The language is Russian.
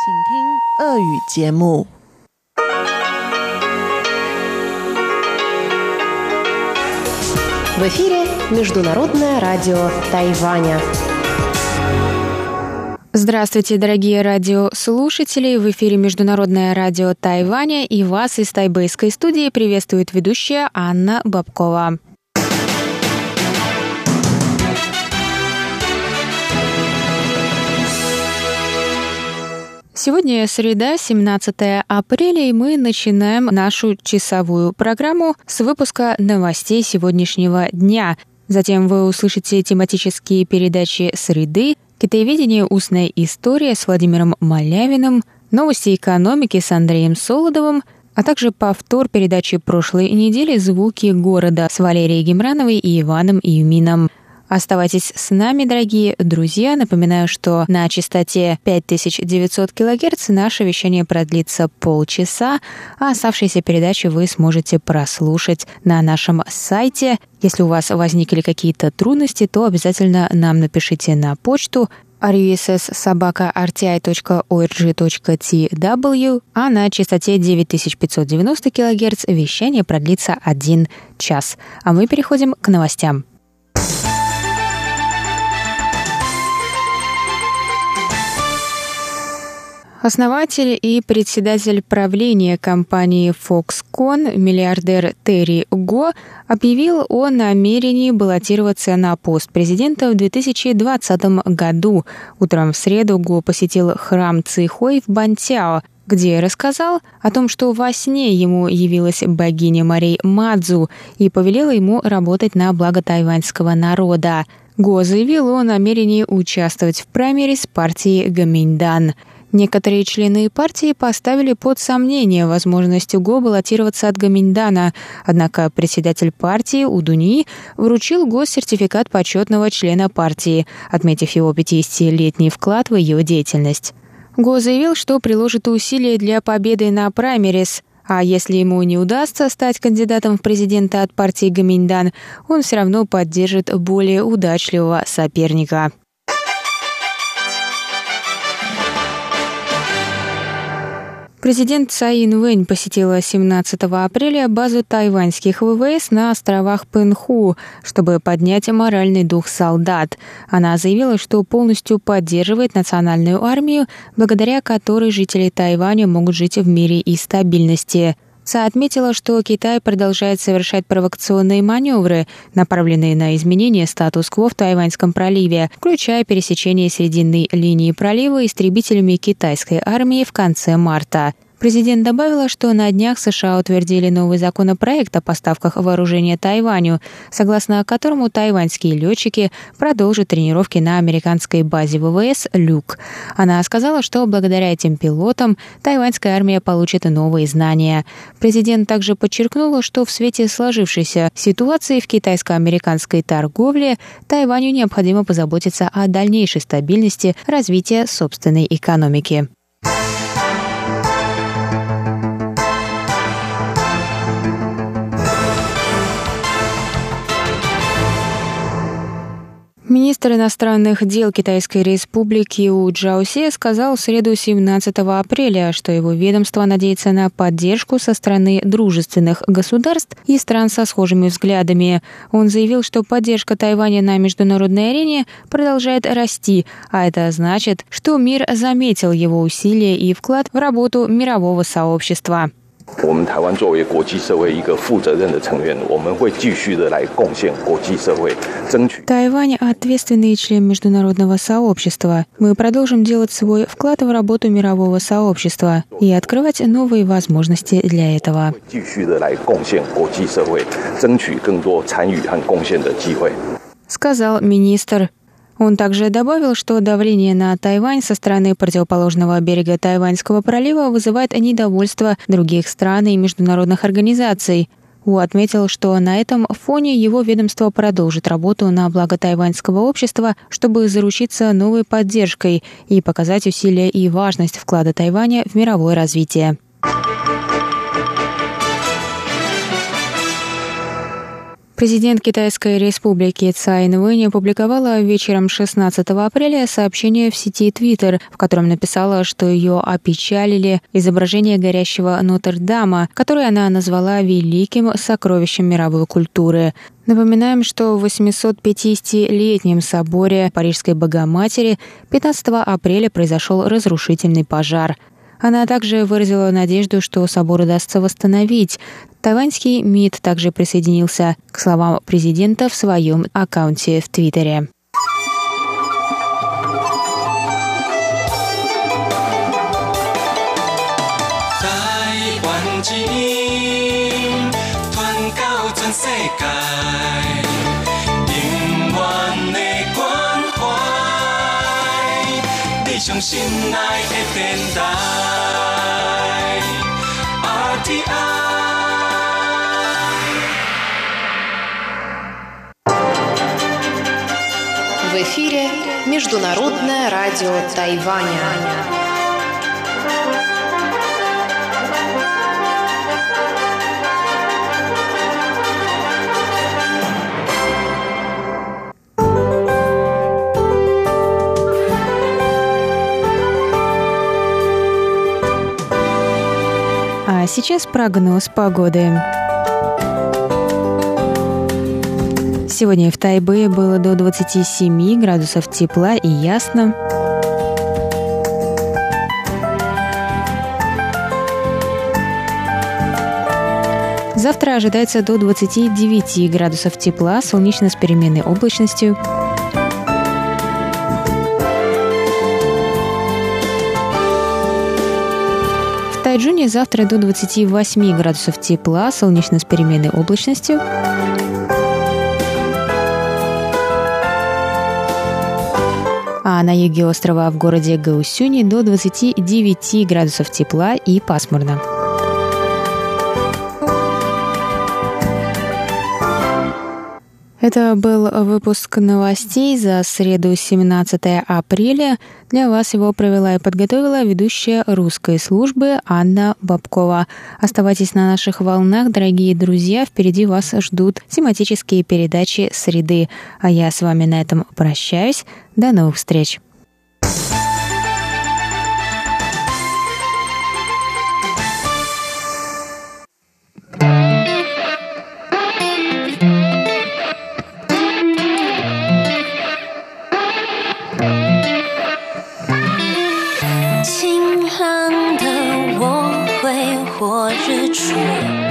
В эфире Международное радио Тайваня. Здравствуйте, дорогие радиослушатели! В эфире Международное радио Тайваня, и вас из тайбэйской студии приветствует ведущая Анна Бабкова. Сегодня среда, 17 апреля, и мы начинаем нашу часовую программу с выпуска новостей сегодняшнего дня. Затем вы услышите тематические передачи «Среды», «Китаеведение. Устная история» с Владимиром Малявиным, новости экономики с Андреем Солодовым, а также повтор передачи прошлой недели «Звуки города» с Валерией Гемрановой и Иваном Юмином. Оставайтесь с нами, дорогие друзья. Напоминаю, что на частоте 5900 кГц наше вещание продлится полчаса, а оставшиеся передачи вы сможете прослушать на нашем сайте. Если у вас возникли какие-то трудности, то обязательно нам напишите на почту russ@rti.org.tw, а на частоте 9590 кГц вещание продлится 1 час. А мы переходим к новостям. Основатель и председатель правления компании Foxconn, миллиардер Терри Го, объявил о намерении баллотироваться на пост президента в 2020 году. Утром в среду Го посетил храм Цихой в Бантяо, где рассказал о том, что во сне ему явилась богиня морей Мадзу и повелела ему работать на благо тайваньского народа. Го заявил о намерении участвовать в праймерис партии Гоминьдан. Некоторые члены партии поставили под сомнение возможность Го баллотироваться от Гоминьдана, однако председатель партии Удуни вручил Го сертификат почетного члена партии, отметив его 50-летний вклад в ее деятельность. Го заявил, что приложит усилия для победы на праймерис, а если ему не удастся стать кандидатом в президенты от партии Гоминьдан, он все равно поддержит более удачливого соперника. Президент Цай Инвэнь посетила 17 апреля базу тайваньских ВВС на островах Пэнху, чтобы поднять моральный дух солдат. Она заявила, что полностью поддерживает национальную армию, благодаря которой жители Тайваня могут жить в мире и стабильности. Цай отметила, что Китай продолжает совершать провокационные маневры, направленные на изменение статус-кво в Тайваньском проливе, включая пересечение срединной линии пролива истребителями китайской армии в конце марта. Президент добавила, что на днях США утвердили новый законопроект о поставках вооружения Тайваню, согласно которому тайваньские летчики продолжат тренировки на американской базе ВВС «Люк». Она сказала, что благодаря этим пилотам тайваньская армия получит новые знания. Президент также подчеркнула, что в свете сложившейся ситуации в китайско-американской торговле Тайваню необходимо позаботиться о дальнейшей стабильности развития собственной экономики. Министр иностранных дел Китайской Республики У Джаосе сказал в среду 17 апреля, что его ведомство надеется на поддержку со стороны дружественных государств и стран со схожими взглядами. Он заявил, что поддержка Тайваня на международной арене продолжает расти, а это значит, что мир заметил его усилия и вклад в работу мирового сообщества. Тайвань – ответственный член международного сообщества. Мы продолжим делать свой вклад в работу мирового сообщества и открывать новые возможности для этого. Сказал министр. Он также добавил, что давление на Тайвань со стороны противоположного берега Тайваньского пролива вызывает недовольство других стран и международных организаций. У отметил, что на этом фоне его ведомство продолжит работу на благо тайваньского общества, чтобы заручиться новой поддержкой и показать усилия и важность вклада Тайваня в мировое развитие. Президент Китайской республики Цай Инвэнь опубликовала вечером 16 апреля сообщение в сети Twitter, в котором написала, что ее опечалили изображение горящего Нотр-Дама, которое она назвала великим сокровищем мировой культуры. Напоминаем, что в 850-летнем соборе Парижской Богоматери 15 апреля произошел разрушительный пожар. Она также выразила надежду, что собор удастся восстановить. Тайваньский МИД также присоединился к словам президента в своем аккаунте в Твиттере. В эфире Международное радио Тайваня. А сейчас прогноз погоды. Сегодня в Тайбэе было до 27 градусов тепла и ясно. Завтра ожидается до 29 градусов тепла, солнечно с переменной облачностью. В Тайчжуне завтра до 28 градусов тепла, солнечно с переменной облачностью. А на юге острова в городе Гаосюни до 29 градусов тепла и пасмурно. Это был выпуск новостей за среду 17 апреля. Для вас его провела и подготовила ведущая русской службы Анна Бабкова. Оставайтесь на наших волнах, дорогие друзья. Впереди вас ждут тематические передачи среды. А я с вами на этом прощаюсь. До новых встреч. 晴朗的我会活日出。